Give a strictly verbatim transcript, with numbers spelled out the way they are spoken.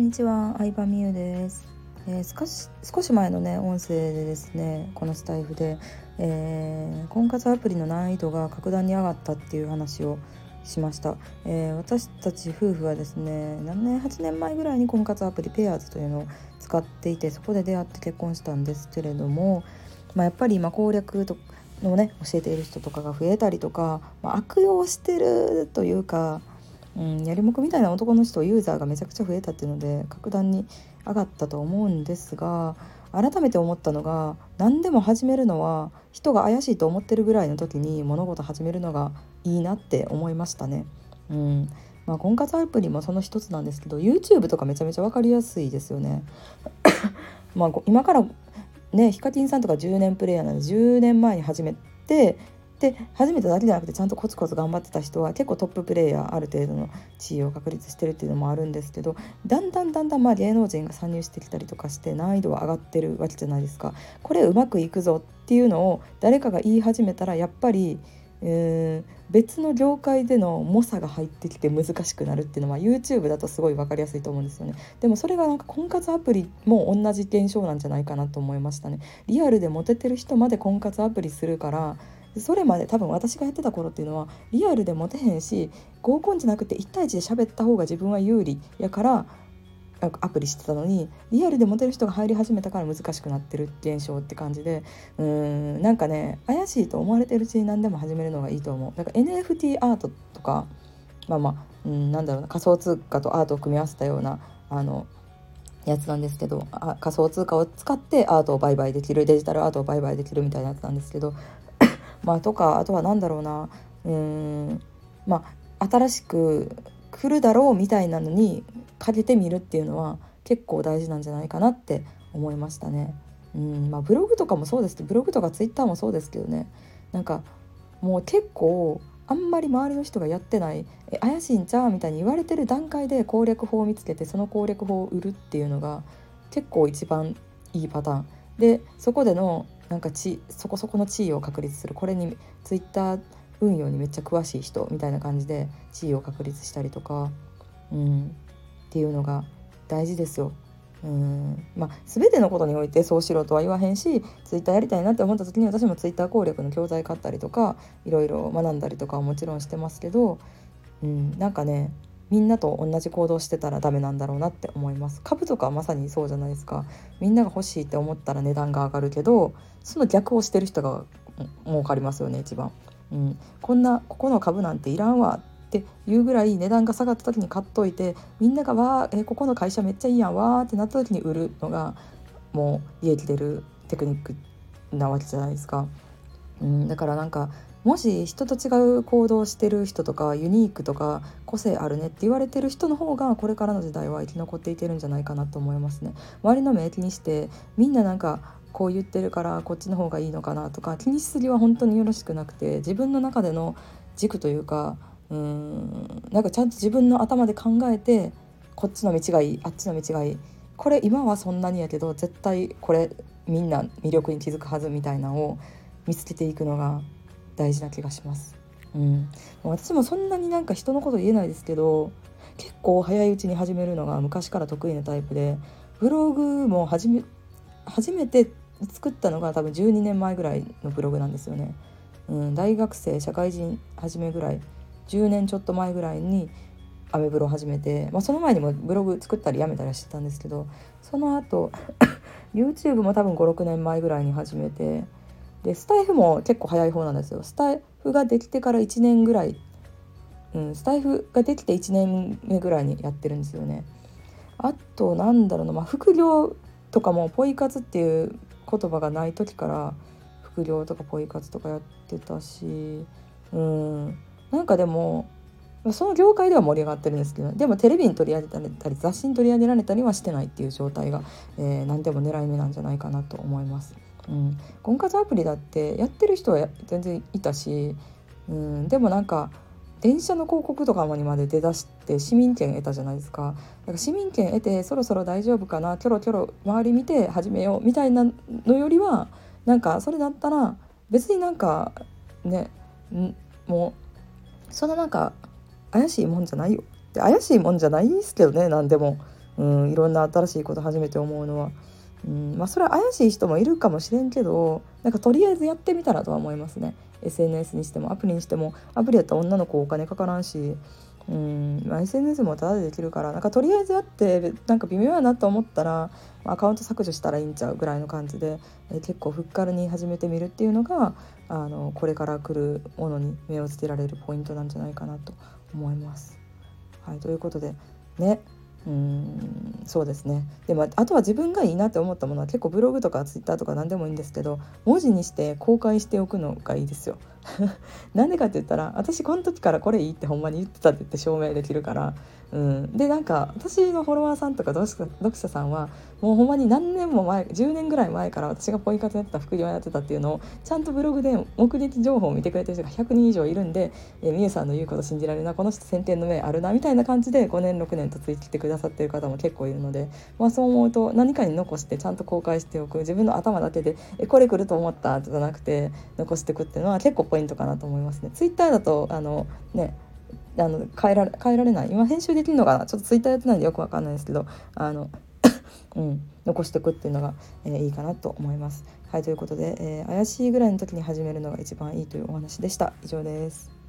んにちは、相葉美優です。えー、少し少し前のね音声でですね、このスタイフで、えー、婚活アプリの難易度が格段に上がったっていう話をしました。えー、私たち夫婦はですね、何年はちねんまえぐらいに婚活アプリペアーズというのを使っていて、そこで出会って結婚したんですけれども、まあ、やっぱり今攻略とのね教えている人とかが増えたりとか、まあ、悪用してるというか、うん、やりもくみたいな男の人ユーザーがめちゃくちゃ増えたっていうので格段に上がったと思うんですが、改めて思ったのが、何でも始めるのは人が怪しいと思ってるぐらいの時に物事始めるのがいいなって思いましたね。うんまあ、婚活アプリもその一つなんですけど、 YouTube とかめちゃめちゃ分かりやすいですよね。まあ今からね、ヒカキンさんとかじゅうねんプレイヤーなんでじゅうねんまえに始めて、で始めただけじゃなくてちゃんとコツコツ頑張ってた人は結構トッププレイヤー、ある程度の地位を確立してるっていうのもあるんですけど、だんだんだんだんまあ芸能人が参入してきたりとかして難易度は上がってるわけじゃないですか。これうまくいくぞっていうのを誰かが言い始めたら、やっぱりうーん別の業界での猛者が入ってきて難しくなるっていうのは YouTube だとすごい分かりやすいと思うんですよね。でもそれがなんか婚活アプリも同じ現象なんじゃないかなと思いましたね。リアルでモテてる人まで婚活アプリするから、それまで多分私がやってた頃っていうのはリアルでモテへんし、合コンじゃなくていち対いちで喋った方が自分は有利やからアプリしてたのに、リアルでモテる人が入り始めたから難しくなってる現象って感じで、うーんなんかね、怪しいと思われてるうちに何でも始めるのがいいと思う。だから エヌエフティー アートとか、まあまあ、うん、なんだろうな、仮想通貨とアートを組み合わせたようなあのやつなんですけど、あ仮想通貨を使ってアートを売買できる、デジタルアートを売買できるみたいなやつなんですけど、まあとか、あとはなんだろうな、うーんまあ新しく来るだろうみたいなのにかけてみるっていうのは結構大事なんじゃないかなって思いましたね。うんまあブログとかもそうですけど、ブログとかツイッターもそうですけどね、なんかもう結構あんまり周りの人がやってない、え怪しいんちゃうみたいに言われてる段階で攻略法を見つけて、その攻略法を売るっていうのが結構一番いいパターンで、そこでのなんか地そこそこの地位を確立する、これにツイッター運用にめっちゃ詳しい人みたいな感じで地位を確立したりとか、うん、っていうのが大事ですよ。うんまあ、全てのことにおいてそうしろとは言わへんし、ツイッターやりたいなって思った時に私もツイッター攻略の教材買ったりとかいろいろ学んだりとかはもちろんしてますけど、うん、なんかね、みんなと同じ行動してたらダメなんだろうなって思います。株とかはまさにそうじゃないですか。みんなが欲しいって思ったら値段が上がるけど、その逆をしてる人が儲かりますよね一番。うん、こんなここの株なんていらんわっていうぐらい値段が下がった時に買っといて、みんながわーえここの会社めっちゃいいやんわーってなった時に売るのがもう利益出るテクニックなわけじゃないですか。うん、だからなんか、もし人と違う行動してる人とかユニークとか個性あるねって言われてる人の方がこれからの時代は生き残っていけるんじゃないかなと思いますね。周りの目気にしてみんななんかこう言ってるからこっちの方がいいのかなとか気にしすぎは本当によろしくなくて、自分の中での軸というか、うーんなんかちゃんと自分の頭で考えて、こっちの道がいい、あっちの道がいい、これ今はそんなにやけど絶対これみんな魅力に気づくはずみたいなのを見つけていくのが大事な気がします。うん、私もそんなになんか人のこと言えないですけど、結構早いうちに始めるのが昔から得意なタイプで、ブログも始め初めて作ったのが多分じゅうにねんまえぐらいのブログなんですよね。うん、大学生社会人初めぐらい、じゅうねんちょっと前ぐらいにアメブロ始めて、まあ、その前にもブログ作ったりやめたりしてたんですけど、その後YouTube も多分ごろくねんまえぐらいに始めて、でスタイフも結構早い方なんですよ。スタイフができてからいちねんぐらい、うん、スタイフができていちねんめぐらいにやってるんですよね。あとなんだろうな、まあ、副業とかもポイ活っていう言葉がない時から副業とかポイ活とかやってたし、うんなんかでもその業界では盛り上がってるんですけど、でもテレビに取り上げられたり雑誌に取り上げられたりはしてないっていう状態が、えー、何でも狙い目なんじゃないかなと思います。うん、婚活アプリだってやってる人は全然いたし、うん、でもなんか電車の広告とかにまで出だして市民権得たじゃないですか。だから市民権得てそろそろ大丈夫かな、キョロキョロ周り見て始めようみたいなのよりは、なんかそれだったら別になんかね、んもうそんななんか怪しいもんじゃないよって、怪しいもんじゃないですけどね、なんでもうん、いろんな新しいこと始めて思うのは。うん、まあそれは怪しい人もいるかもしれんけど、なんかとりあえずやってみたらとは思いますね。 エスエヌエス にしてもアプリにしても。アプリやったら女の子お金かからんし、うん、まあ、エスエヌエス もタダでできるから、なんかとりあえずやってなんか微妙やなと思ったら、まあアカウント削除したらいいんちゃうぐらいの感じで、えー結構ふっ軽に始めてみるっていうのが、あのこれから来るものに目をつけられるポイントなんじゃないかなと思います。はい、ということでね、うーんそうですね。でもあとは自分がいいなって思ったものは結構ブログとかツイッターとか何でもいいんですけど、文字にして公開しておくのがいいですよ。なんでかって言ったら、私この時からこれいいってほんまに言ってたって言って証明できるから、うん、でなんか私のフォロワーさんとか読者読者さんはもうほんまに何年も前、じゅうねんぐらい前から私がポイ活やってた、副業やってたっていうのをちゃんとブログで目撃情報を見てくれてる人がひゃくにん以上いるんで、えー、みゆさんの言うこと信じられるな、この人先天の目あるなみたいな感じでごねんろくねんとついてきてくださってる方も結構いるので、まあ、そう思うと何かに残してちゃんと公開しておく、自分の頭だけでえこれ来ると思ったじゃなくて残していくっていうのは結構ポイントかなと思いますね。ツイッターだとあのねあの変えられ変えられない、今編集できるのかな、ちょっとツイッターやってないんでよくわかんないですけど、あのうん、残していくっていうのが、えーいいかなと思います。はい、ということで、えー怪しいぐらいの時に始めるのが一番いいというお話でした。以上です。